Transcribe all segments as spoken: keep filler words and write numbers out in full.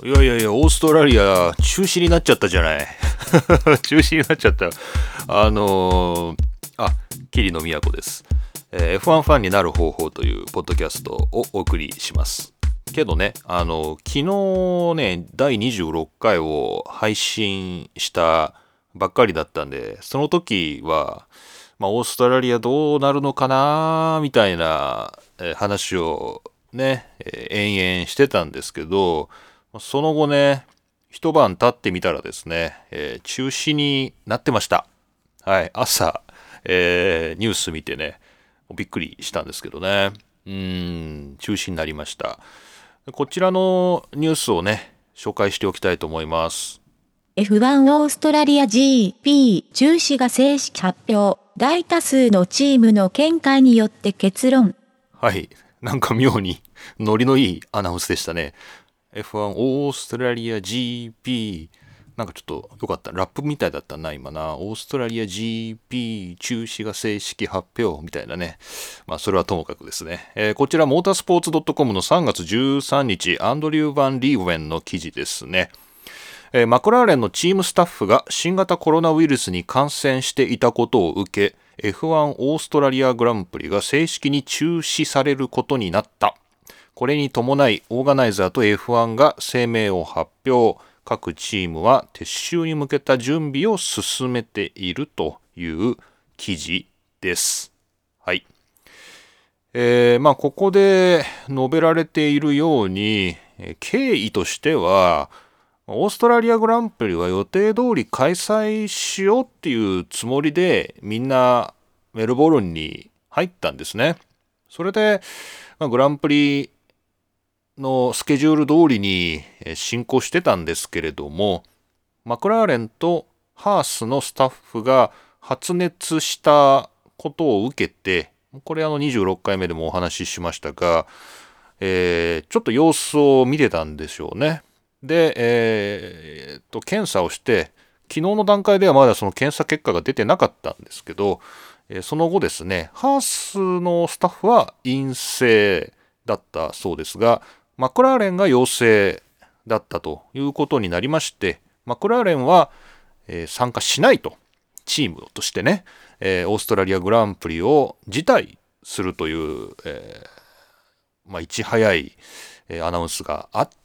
いやいやいや、オーストラリア中止になっちゃったじゃない。中止になっちゃった。あのー、あ、桐野都です、えー。エフワン ファンになる方法というポッドキャストをお送りします。けどね、あの昨日ね、だいにじゅうろっかいを配信したばっかりだったんで、その時は、まあ、オーストラリアどうなるのかなみたいな話をね、延々してたんですけど、その後ね、一晩経ってみたらですね、えー、中止になってました。はい、朝、えー、ニュース見てね、びっくりしたんですけどね。うーん、中止になりました。こちらのニュースをね、紹介しておきたいと思います。 エフワン オーストラリア ジーピー 中止が正式発表。大多数のチームの見解によって結論。 はい、なんか妙にノリのいいアナウンスでしたね。エフワン オーストラリア ジーピー、 なんかちょっとよかった、ラップみたいだったな今な。オーストラリア ジーピー 中止が正式発表みたいなね。まあそれはともかくですね、えー、こちらモータースポーツ .com のさんがつじゅうさんにち、アンドリュー・バン・リーウェンの記事ですね。えー、マクラーレンのチームスタッフが新型コロナウイルスに感染していたことを受け、 エフワン オーストラリアグランプリが正式に中止されることになった。これに伴い、オーガナイザーと エフワン が声明を発表。各チームは撤収に向けた準備を進めているという記事です。はい。えー、まあここで述べられているように、経緯としては、オーストラリアグランプリは予定通り開催しようっていうつもりでみんなメルボルンに入ったんですね。それで、まあ、グランプリのスケジュール通りに進行してたんですけれども、マクラーレンとハースのスタッフが発熱したことを受けて、これあのにじゅうろっかいめでもお話ししましたが、えー、ちょっと様子を見てたんでしょうね。で、えー、と検査をして、昨日の段階ではまだその検査結果が出てなかったんですけど、その後ですね、ハースのスタッフは陰性だったそうですが、マクラーレンが陽性だったということになりまして、マクラーレンは、えー、参加しないと、チームとしてね、えー、オーストラリアグランプリを辞退するという、えーまあ、いち早い、えー、アナウンスがあって、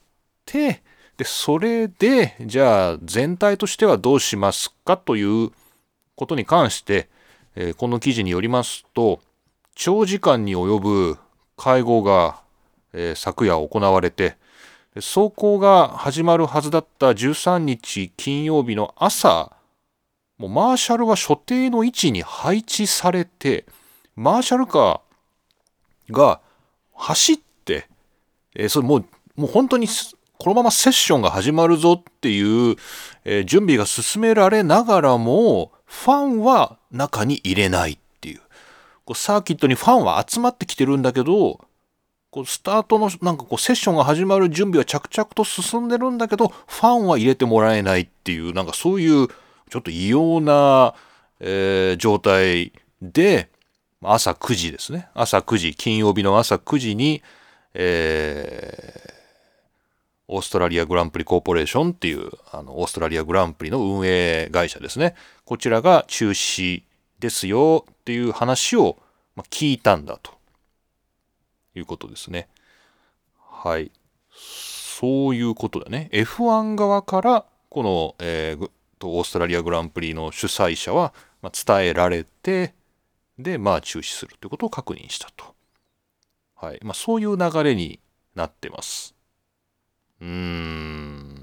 でそれでじゃあ全体としてはどうしますかということに関して、えー、この記事によりますと、長時間に及ぶ会合がえー、昨夜行われて、走行が始まるはずだったじゅうさんにち金曜日の朝、もうマーシャルは所定の位置に配置されて、マーシャルカーが走って、えー、それもうもう本当にこのままセッションが始まるぞっていう、えー、準備が進められながらも、ファンは中に入れないっていう、こうサーキットにファンは集まってきてるんだけど、こうスタートのなんかこうセッションが始まる準備は着々と進んでるんだけど、ファンは入れてもらえないっていう、なんかそういうちょっと異様な、えー、状態で、朝くじですね。朝くじ、金曜日の朝くじに、えー、オーストラリアグランプリコーポレーションっていうあのオーストラリアグランプリの運営会社ですね。こちらが中止ですよっていう話を聞いたんだということですね。はい。そういうことだね。エフワン 側から、この、えー、オーストラリアグランプリの主催者は、まあ、伝えられて、で、まあ、中止するということを確認したと。はい。まあ、そういう流れになってます。うーん。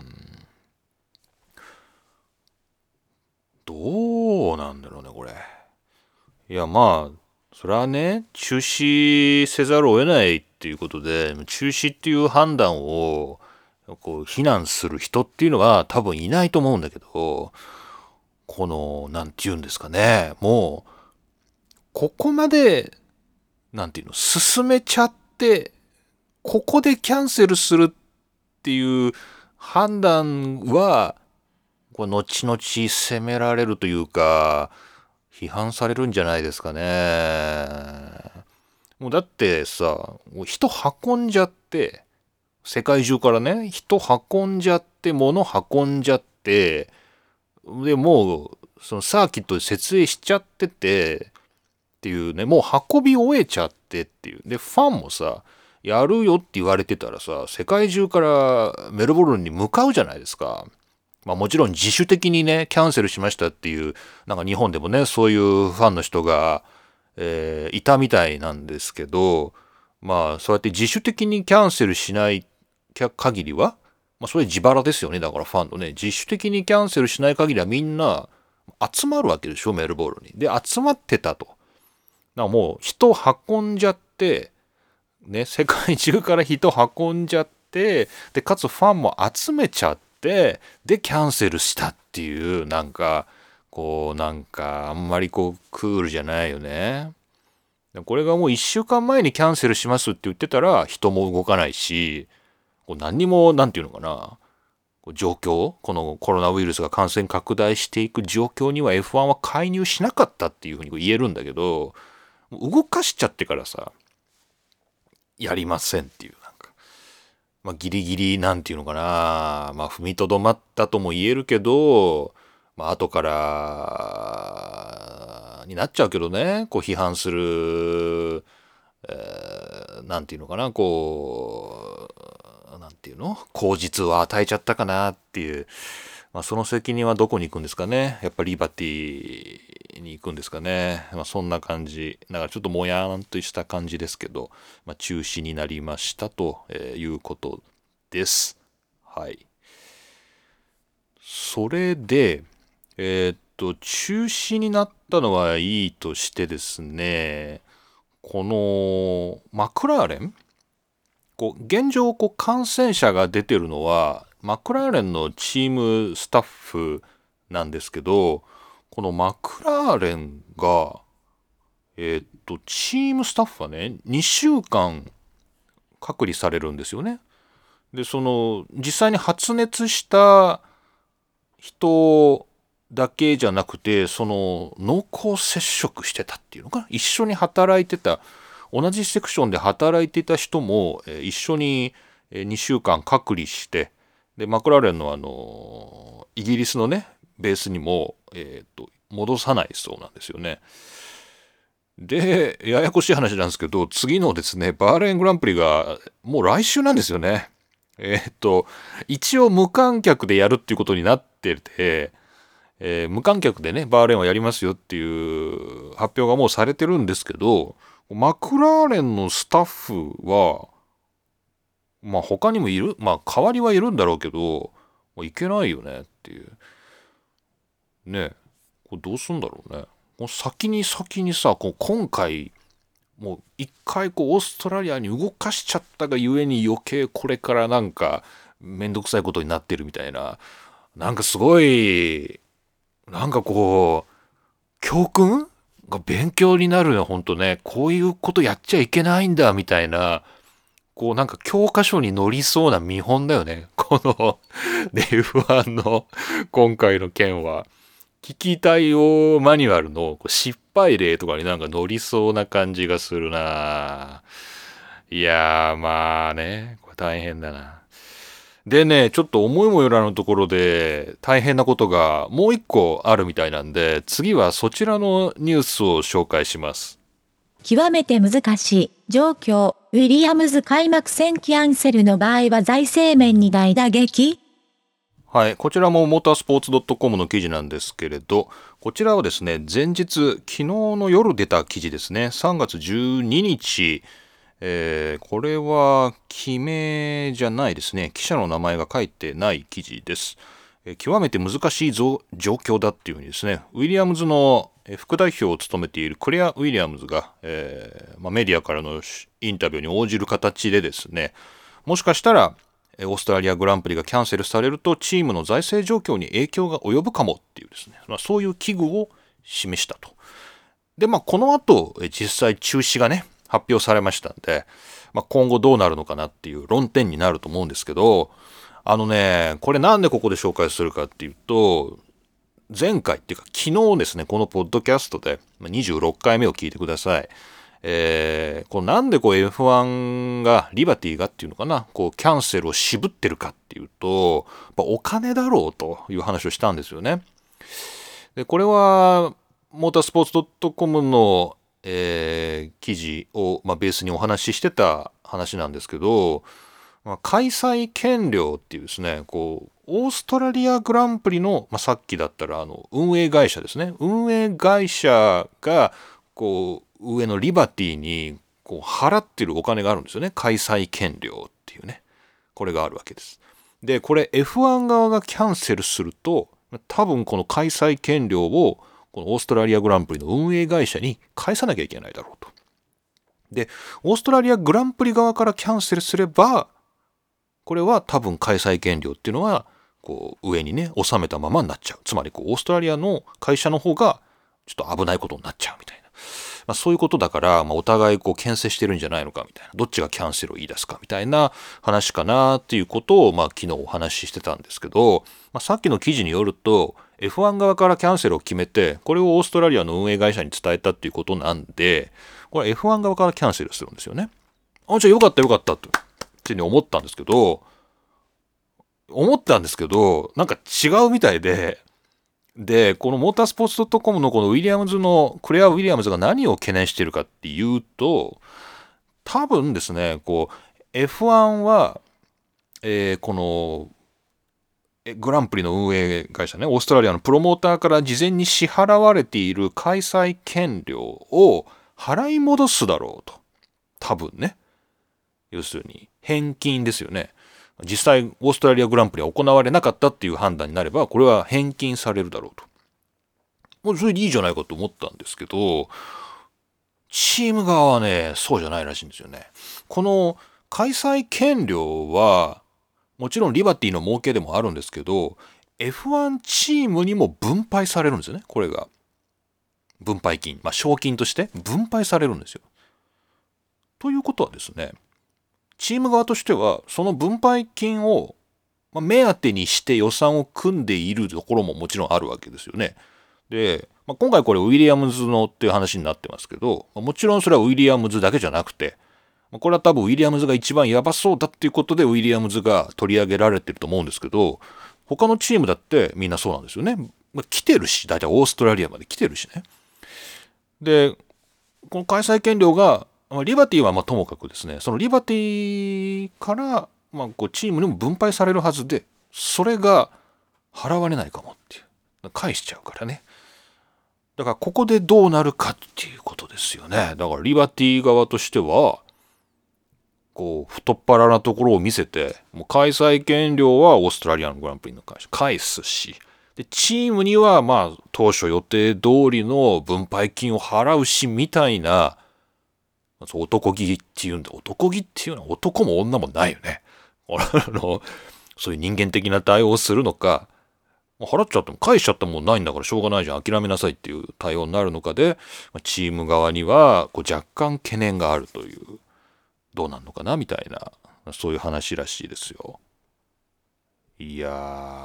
どうなんだろうね、これ。いや、まあ、それはね、中止せざるを得ないっていうことで、中止っていう判断をこう非難する人っていうのは多分いないと思うんだけど、この、なんて言うんですかね、もう、ここまで、なんていうの、進めちゃって、ここでキャンセルするっていう判断は、こう後々責められるというか、批判されるんじゃないですかね。もうだってさ、人運んじゃって、 世界中からね、人運んじゃって、物運んじゃって、で、もう、そのサーキットで設営しちゃってて、っていうね、もう運び終えちゃってっていう。で、ファンもさ、やるよって言われてたらさ、世界中からメルボルンに向かうじゃないですか。まあもちろん自主的にね、キャンセルしましたっていう、なんか日本でもね、そういうファンの人が、えーいたみたいなんですけど、まあそうやって自主的にキャンセルしない限りは、まあそれ自腹ですよね。だからファンのね、自主的にキャンセルしない限りはみんな集まるわけでしょ、メルボルンに。で、集まってたと。だからもう人運んじゃって、ね、世界中から人運んじゃって、で、かつファンも集めちゃって、で、キャンセルしたっていう、なんか、こう、なんか、あんまりこう、クールじゃないよね。これがもういっしゅうかんまえにキャンセルしますって言ってたら、人も動かないし、こう何にも、なんていうのかな、状況、このコロナウイルスが感染拡大していく状況には エフワン は介入しなかったっていうふうに言えるんだけど、動かしちゃってからさ、やりませんっていう、なんか、まあ、ギリギリなんていうのかな、まあ、踏みとどまったとも言えるけど、まあ、後からになっちゃうけどね、こう批判する、えーなんていうのかな、こう、なんていうの、口実を与えちゃったかなっていう、まあ、その責任はどこに行くんですかね。やっぱりリバティに行くんですかね。まあ、そんな感じ。だからちょっともやーんとした感じですけど、まあ、中止になりましたということです。はい。それで、えーっと、中止になったのはいいとしてですね、このマクラーレン、こう現状こう感染者が出てるのはマクラーレンのチームスタッフなんですけど、このマクラーレンがえーっとチームスタッフはねにしゅうかん隔離されるんですよね。でその実際に発熱した人だけじゃなくて、その濃厚接触してたっていうのかな、一緒に働いてた、同じセクションで働いていた人も、えー一緒ににしゅうかん隔離して、でマクラーレンのあのイギリスのねベースにも、えーと戻さないそうなんですよね。でややこしい話なんですけど、次のですねバーレーングランプリがもう来週なんですよね。えーっと一応無観客でやるっていうことになってて、えー無観客でねバーレーンはやりますよっていう発表がもうされてるんですけど、マクラーレンのスタッフはまあ他にもいる、まあ代わりはいるんだろうけど、いけないよねっていうね。これどうすんだろうね。もう先に先にさ、こう今回もう一回こうオーストラリアに動かしちゃったがゆえに余計これからなんかめんどくさいことになってるみたいな、なんかすごいなんかこう教訓が勉強になるね。ほんとね、こういうことやっちゃいけないんだみたいな、こうなんか教科書に載りそうな見本だよね、このエフワン の今回の件は。危機対応マニュアルの失敗例とかになんか載りそうな感じがするな。いやーまあね、これ大変だな。でね、ちょっと思いもよらぬところで大変なことがもう一個あるみたいなんで、次はそちらのニュースを紹介します。 極めて難しい状況。ウィリアムズ開幕戦キャンセルの場合は財政面に大打撃？ はい、こちらもモータースポーツ .com の記事なんですけれど、こちらはですね、前日、昨日の夜出た記事ですね、さんがつじゅうににち、えー、これは記名じゃないですね、記者の名前が書いてない記事です。えー、極めて難しい状況だっていうふうにですね、ウィリアムズの副代表を務めているクレア・ウィリアムズが、えーまあ、メディアからのインタビューに応じる形でですね、もしかしたらオーストラリアグランプリがキャンセルされるとチームの財政状況に影響が及ぶかもっていうですね、まあ、そういう危惧を示したと。で、まあ、この後実際中止がね発表されましたんで、まあ、今後どうなるのかなっていう論点になると思うんですけど、あのね、これなんでここで紹介するかっていうと、前回っていうか昨日ですね、このポッドキャストでにじゅうろっかいめを聞いてください。 えー、こうなんでこう エフワン がリバティがっていうのかな、こうキャンセルを渋ってるかっていうと、やっぱお金だろうという話をしたんですよね。でこれはモータースポーツ .com の、えー、記事を、まあ、ベースにお話ししてた話なんですけど、まあ、開催権料っていうですね、こうオーストラリアグランプリの、まあ、さっきだったらあの運営会社ですね、運営会社がこう上のリバティにこう払ってるお金があるんですよね。開催権料っていうね、これがあるわけです。でこれ エフワン 側がキャンセルすると、多分この開催権料をこのオーストラリアグランプリの運営会社に返さなきゃいけないだろうと。でオーストラリアグランプリ側からキャンセルすれば、これは多分開催権料っていうのはこう上にね収めたままになっちゃう。つまりこうオーストラリアの会社の方がちょっと危ないことになっちゃうみたいな、まあ、そういうことだから、まあ、お互いこう牽制してるんじゃないのかみたいな、どっちがキャンセルを言い出すかみたいな話かなっていうことを、まあ、昨日お話ししてたんですけど、まあ、さっきの記事によると エフワン 側からキャンセルを決めて、これをオーストラリアの運営会社に伝えたっていうことなんで、これ エフワン 側からキャンセルするんですよね。あ、じゃあよかったよかったってっていうふうに思ったんですけど、思ったんですけど、なんか違うみたいで、で、このモータースポーツ .com のこのウィリアムズの、クレア・ウィリアムズが何を懸念しているかっていうと、多分ですね、こう、エフワン は、えー、この、グランプリの運営会社ね、オーストラリアのプロモーターから事前に支払われている開催権料を払い戻すだろうと。多分ね。要するに、返金ですよね。実際オーストラリアグランプリは行われなかったっていう判断になれば、これは返金されるだろうと。もうそれでいいじゃないかと思ったんですけど、チーム側はね、そうじゃないらしいんですよね。この開催権料はもちろんリバティの儲けでもあるんですけど、 エフワン チームにも分配されるんですよね。これが分配金、まあ賞金として分配されるんですよ。ということはですね、チーム側としてはその分配金を目当てにして予算を組んでいるところももちろんあるわけですよね。で、まあ、今回これウィリアムズのっていう話になってますけど、もちろんそれはウィリアムズだけじゃなくて、これは多分ウィリアムズが一番やばそうだっていうことでウィリアムズが取り上げられてると思うんですけど、他のチームだってみんなそうなんですよね。まあ、来てるし、大体オーストラリアまで来てるしね。で、この開催権料がリバティはまあともかくですね、そのリバティからまあこうチームにも分配されるはずで、それが払われないかもっていう、返しちゃうからね。だからここでどうなるかっていうことですよね。だからリバティ側としてはこう太っ腹なところを見せて、もう開催権料はオーストラリアのグランプリの会社返すし、でチームにはまあ当初予定通りの分配金を払うしみたいな、男気っていうんで、男気っていうのは男も女もないよね。あのそういう人間的な対応をするのか、払っちゃっても返しちゃったもんないんだからしょうがないじゃん、諦めなさいっていう対応になるのかで、チーム側にはこう若干懸念があるという、どうなんのかなみたいな、そういう話らしいですよ。いやー、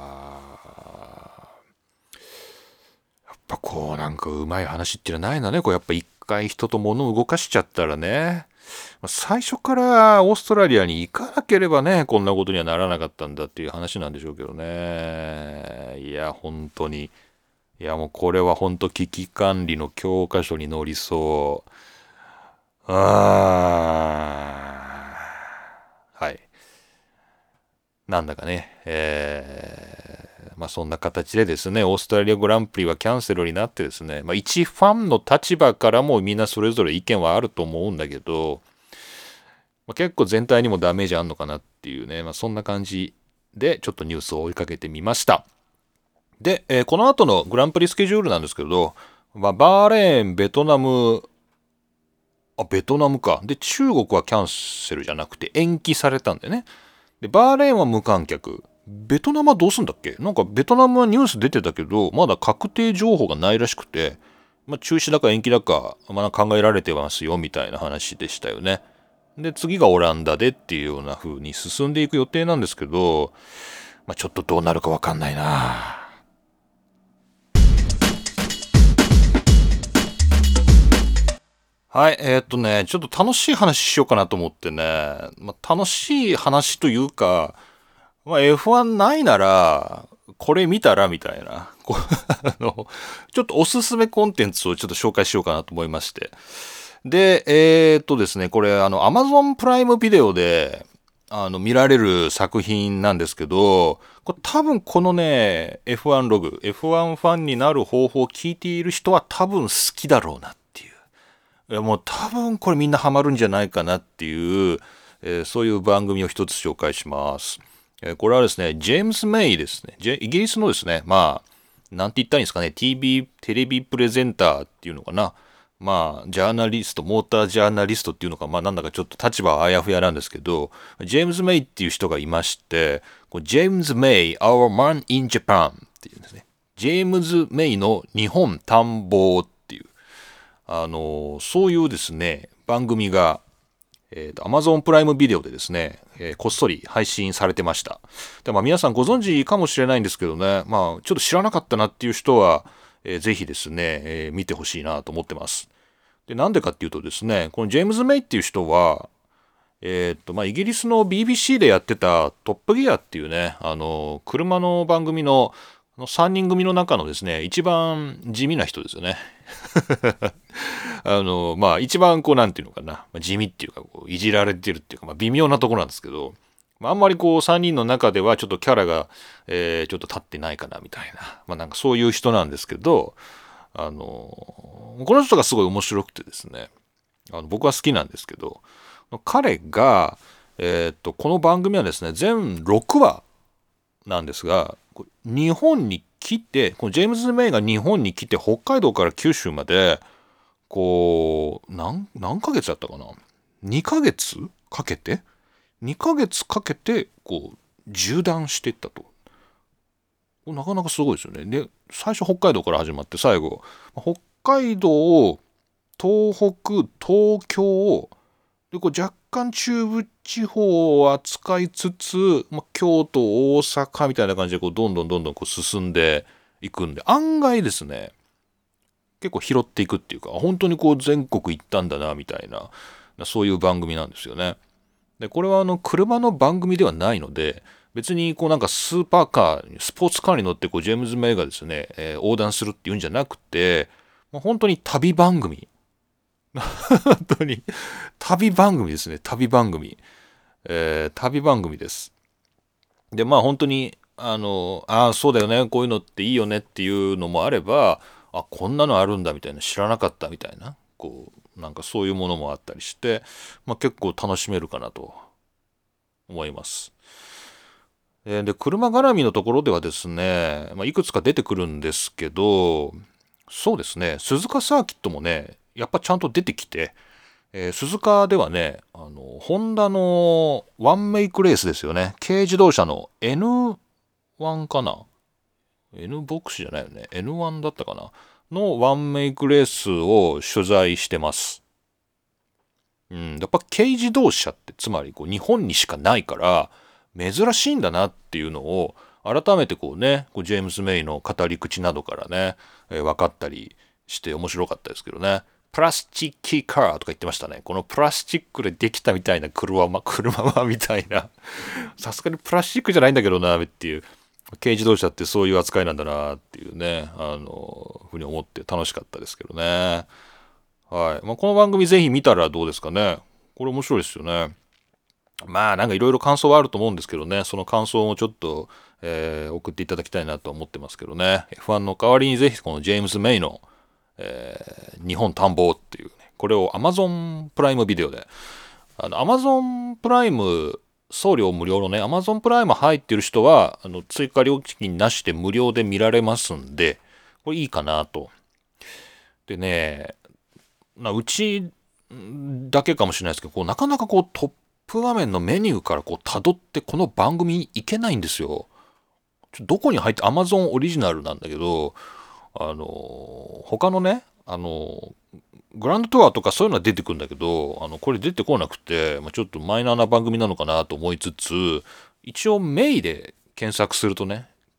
やっぱこうなんかうまい話っていうのはないんだね。こうやっぱ一回人と物を動かしちゃったらね、最初からオーストラリアに行かなければね、こんなことにはならなかったんだっていう話なんでしょうけどね。いや本当に、いやもうこれは本当危機管理の教科書に載りそう。あー、はい。なんだかね、えー、まあそんな形でですね、オーストラリアグランプリはキャンセルになってですね、まあ一ファンの立場からもみんなそれぞれ意見はあると思うんだけど、まあ、結構全体にもダメージあんのかなっていうね、まあそんな感じでちょっとニュースを追いかけてみました。で、えー、この後のグランプリスケジュールなんですけど、まあ、バーレーン、ベトナム、あ、ベトナムか。で、中国はキャンセルじゃなくて延期されたんでね。で、バーレーンは無観客。ベトナムはどうすんだっけ？なんかベトナムはニュース出てたけど、まだ確定情報がないらしくて、まあ、中止だか延期だか、まあ、考えられてますよみたいな話でしたよね。で、次がオランダでっていうような風に進んでいく予定なんですけど、まあ、ちょっとどうなるかわかんないな。 はい、えーっとね、ちょっと楽しい話しようかなと思ってね、まあ、楽しい話というか、まあ、エフワン ないなら、これ見たらみたいな、こうあの、ちょっとおすすめコンテンツをちょっと紹介しようかなと思いまして。で、えーっとですね、これ、あの、Amazon プライムビデオで、あの、見られる作品なんですけど、これ多分このね、エフワン ログ、エフワン ファンになる方法を聞いている人は多分好きだろうなっていう。いやもう多分これみんなハマるんじゃないかなっていう、えーそういう番組を一つ紹介します。えーこれはですね、ジェームズ・メイですね。ジェイギリスのですね、まあ、なんて言ったらいいんですかね、ティービー、テレビプレゼンターっていうのかな。まあ、ジャーナリスト、モータージャーナリストっていうのか、まあなんだかちょっと立場はあやふやなんですけど、ジェームズ・メイっていう人がいまして、ジェームズ・メイ、Our Man in Japan っていうんですね。ジェームズ・メイの日本探訪っていう、あの、そういうですね、番組が、えーと、Amazon プライムビデオでですね、えーこっそり配信されてました。で、まあ皆さんご存知かもしれないんですけどね、まあちょっと知らなかったなっていう人は、えーぜひですね、えー見てほしいなと思ってます。で、なんでかっていうとですね、このジェームズ・メイっていう人は、えっと、まあイギリスの ビービーシー でやってたトップギアっていうね、あの、車の番組のさんにん組の中のですね、一番地味な人ですよね。あの、まあ、一番こう、なんていうのかな、地味っていうか、こういじられてるっていうか、まあ、微妙なところなんですけど、まあ、あんまりこう、さんにんの中ではちょっとキャラが、えー、ちょっと立ってないかな、みたいな。まあ、なんかそういう人なんですけど、あの、この人がすごい面白くてですね、あの僕は好きなんですけど、彼が、えーっと、この番組はですね、全ろくわなんですが、日本に来て、このジェームズ・メイが日本に来て、北海道から九州まで、こう、何、何ヶ月だったかな ?に ヶ月かけて ?に ヶ月かけて、こう、縦断していったと。なかなかすごいですよね。で、最初北海道から始まって、最後、北海道、東北、東京、で、こう若干中部地方を扱いつつ、まあ、京都、大阪みたいな感じで、こう、どんどんどんどんこう進んでいくんで、案外ですね、結構拾っていくっていうか、本当にこう全国行ったんだな、みたいな、そういう番組なんですよね。で、これはあの、車の番組ではないので、別にこうなんかスーパーカー、スポーツカーに乗ってこうジェームズ・メイがですね、えー横断するっていうんじゃなくて、まあ、本当に旅番組。本当に旅番組ですね、旅番組。えー旅番組です。で、まあ本当に、あの、ああ、そうだよね、こういうのっていいよねっていうのもあれば、あ、こんなのあるんだみたいな、知らなかったみたいな、こう、なんかそういうものもあったりして、まあ結構楽しめるかなと思います。えーで、車絡みのところではですね、まあ、いくつか出てくるんですけど、そうですね、鈴鹿サーキットもね、やっぱちゃんと出てきて、えー鈴鹿ではね、あの、ホンダのワンメイクレースですよね。軽自動車の エヌワン かな ?N ボックスじゃないよね。エヌワン だったかなのワンメイクレースを取材してます。うん、やっぱ軽自動車ってつまりこう日本にしかないから珍しいんだなっていうのを改めてこうね、こうジェームズ・メイの語り口などからね、えー分かったりして面白かったですけどね。プラスチッキーカーとか言ってましたね。このプラスチックでできたみたいな車は、車はみたいな。さすがにプラスチックじゃないんだけどな、っていう。軽自動車ってそういう扱いなんだな、っていうね、あの、ふうに思って楽しかったですけどね。はい。まあ、この番組ぜひ見たらどうですかね。これ面白いですよね。まあなんかいろいろ感想はあると思うんですけどね、その感想をちょっと、えー送っていただきたいなと思ってますけどね。エフワン の代わりにぜひこのジェームズ・メイの、えー日本探訪っていうね、これを Amazon プライムビデオで、あの Amazon プライム送料無料のね、Amazon プライム入ってる人は、あの追加料金なしで無料で見られますんで、これいいかなと。でね、なうちだけかもしれないですけど、こうなかなかこうトップ画面のメニューからこう辿ってこの番組に行けないんですよ。ちょどこに入って Amazon オリジナルなんだけど、あの他のね、あのグランドトアとかそういうのは出てくるんだけど、あのこれ出てこなくて、まあ、ちょっとマイナーな番組なのかなと思いつつ、一応メイで検索するとね、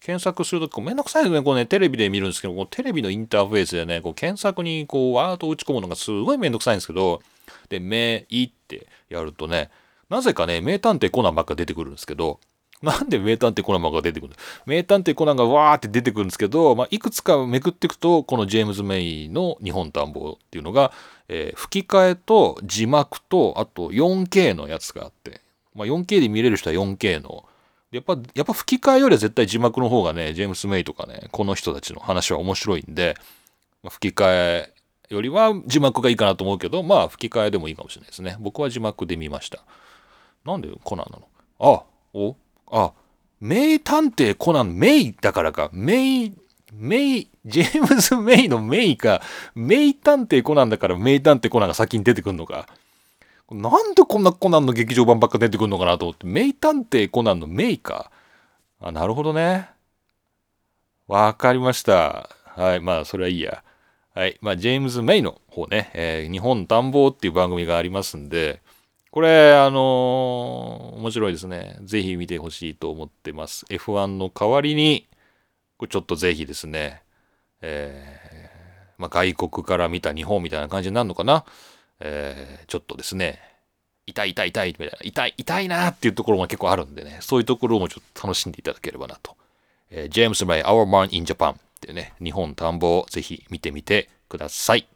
検索するとこうめんどくさいですね。こうね、テレビで見るんですけど、こうテレビのインターフェースでね、こう検索にこうワードを打ち込むのがすごいめんどくさいんですけど、で、名医ってやるとね、なぜかね、名探偵コナンばっか出てくるんですけど、なんで名探偵コナンばっか出てくるの？名探偵コナンがわーって出てくるんですけど、まあ、いくつかめくっていくと、このジェームズ・メイの日本探訪っていうのが、えー吹き替えと字幕と、あと よんケー のやつがあって、まあ、よんケー で見れる人は よんケー の、やっぱ、やっぱ吹き替えよりは絶対字幕の方がね、ジェームス・メイとかね、この人たちの話は面白いんで、まあ、吹き替えよりは字幕がいいかなと思うけど、まあ吹き替えでもいいかもしれないですね。僕は字幕で見ました。なんでコナンなの？あ、お、あ、名探偵コナン、メイだからか。メイ、メイ、ジェームズ・メイのメイか。名探偵コナンだから名探偵コナンが先に出てくるのか。なんでこんなコナンの劇場版ばっか出てくるのかなと思って、名探偵コナンのメイか。あ、なるほどね。わかりました。はい、まあ、それはいいや。はい、まあ、ジェームズ・メイの方ね、えー日本探訪っていう番組がありますんで、これ、あのー面白いですね。ぜひ見てほしいと思ってます。エフワン の代わりに、これちょっとぜひですね、えーまあ、外国から見た日本みたいな感じになるのかな。えーちょっとですね、痛い痛い痛いみたいな、痛い痛いなっていうところも結構あるんでね、そういうところもちょっと楽しんでいただければなと。えー、ジェームス・メイ、Our Man in Japan っていうね、日本探訪をぜひ見てみてください。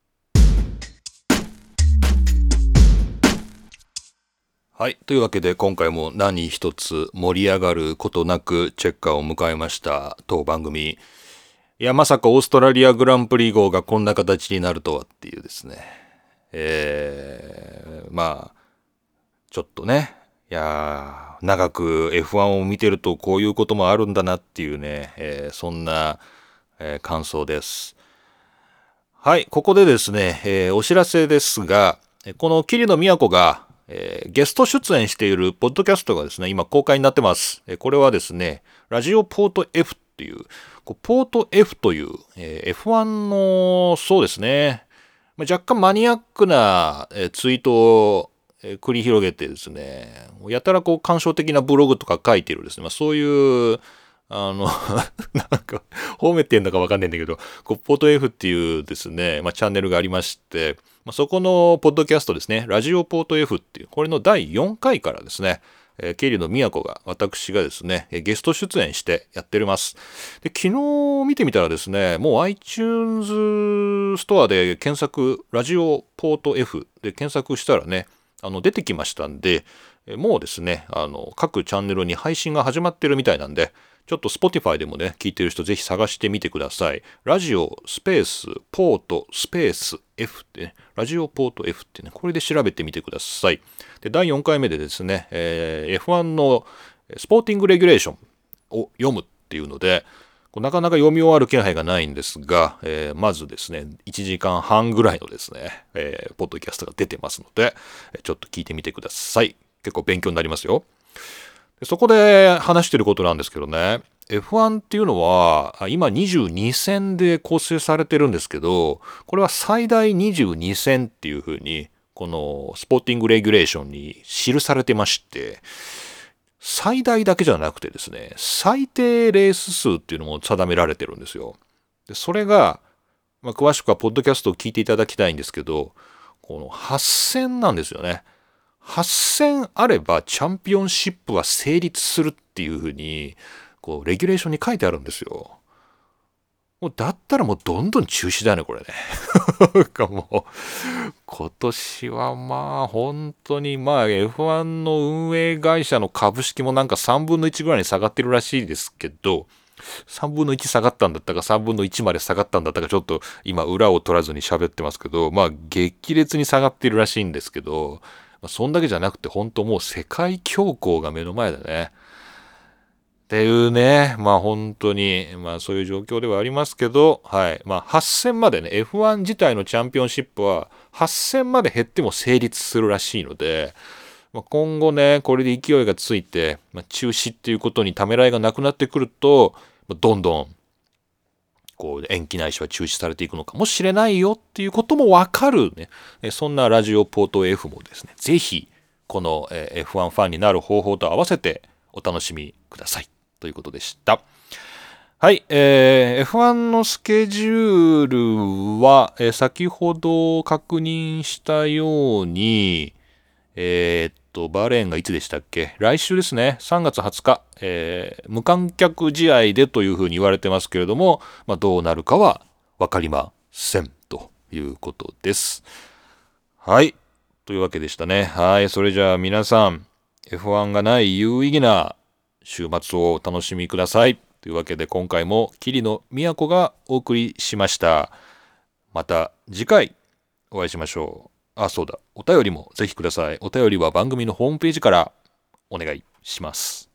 はい。というわけで今回も何一つ盛り上がることなくチェッカーを迎えました当番組。いや、まさかオーストラリアグランプリ号がこんな形になるとはっていうですね。えー、まあ、ちょっとね。いやー、長く エフワン を見てるとこういうこともあるんだなっていうね、えーそんな、えー感想です。はい、ここでですね、えーお知らせですが、えーこの桐野都が、えーゲスト出演しているポッドキャストがですね、今公開になってます。えーこれはですね、ラジオポート F っていう、こうポート F という、えーエフワン の、そうですね、まあ若干マニアックな、えーツイートを、えー繰り広げてですね、やたらこう感傷的なブログとか書いているですね、まあ、そういう、あの、なんか、褒めてんのかわかんないんだけど、こうポート F っていうですね、まあ、チャンネルがありまして、まあ、そこのポッドキャストですね、ラジオポート F っていう、これのだいよんかいからですね、えー、ケイリの都が、私がですね、ゲスト出演してやっております。で、昨日見てみたらですね、もう iTunes ストアで検索、ラジオポート F で検索したらね、あの出てきましたんで、もうですね、あの各チャンネルに配信が始まってるみたいなんで、ちょっと Spotify でもね、聞いてる人ぜひ探してみてください。ラジオスペースポートスペース F ってね、ラジオポート F ってね、これで調べてみてください。で、だいよんかいめでですね、えーエフワン のスポーティングレギュレーションを読むっていうので、なかなか読み終わる気配がないんですが、えーまずですね、いちじかんはんぐらいのですね、えーポッドキャストが出てますので、ちょっと聞いてみてください。結構勉強になりますよ。でそこで話してることなんですけどね、エフワン っていうのは、今にじゅうにせんで構成されてるんですけど、これは最大にじゅうにせんっていうふうに、このスポーティングレギュレーションに記されてまして、最大だけじゃなくてですね、最低レース数っていうのも定められてるんですよ。でそれが、まあ、詳しくはポッドキャストを聞いていただきたいんですけど、このはっせんなんですよね。はっせんあればチャンピオンシップは成立するっていうふうに、こう、レギュレーションに書いてあるんですよ。もうだったらもうどんどん中止だよね、これね。なんかもう、今年はまあ本当にまあ エフワン の運営会社の株式もなんかさんぶんのいちぐらいに下がってるらしいですけど、さんぶんのいち下がったんだったかさんぶんのいちまで下がったんだったかちょっと今裏を取らずに喋ってますけど、まあ激烈に下がってるらしいんですけど、まあ、そんだけじゃなくて本当もう世界恐慌が目の前だね。っていうね、まあ本当に、まあそういう状況ではありますけど、はい。まあはっせんまでね、エフワン 自体のチャンピオンシップははっせんまで減っても成立するらしいので、まあ、今後ね、これで勢いがついて、まあ、中止っていうことにためらいがなくなってくると、まあ、どんどん、こう延期ないしは中止されていくのかもしれないよっていうこともわかるね。そんなラジオポート F もですね、ぜひ、この エフワン ファンになる方法と合わせてお楽しみください。 ということでした。はい、えー、エフワン のスケジュールは、えー、先ほど確認したように、えー、っと、バーレーンがいつでしたっけ？来週ですね。さんがつはつか、えー、無観客試合でというふうに言われてますけれども、まあ、どうなるかはわかりませんということです。はい。というわけでしたね。はい。それじゃあ皆さん、エフワン がない有意義な週末をお楽しみください。というわけで今回も桐野都がお送りしました。また次回お会いしましょう。あ、そうだ。お便りもぜひください。お便りは番組のホームページからお願いします。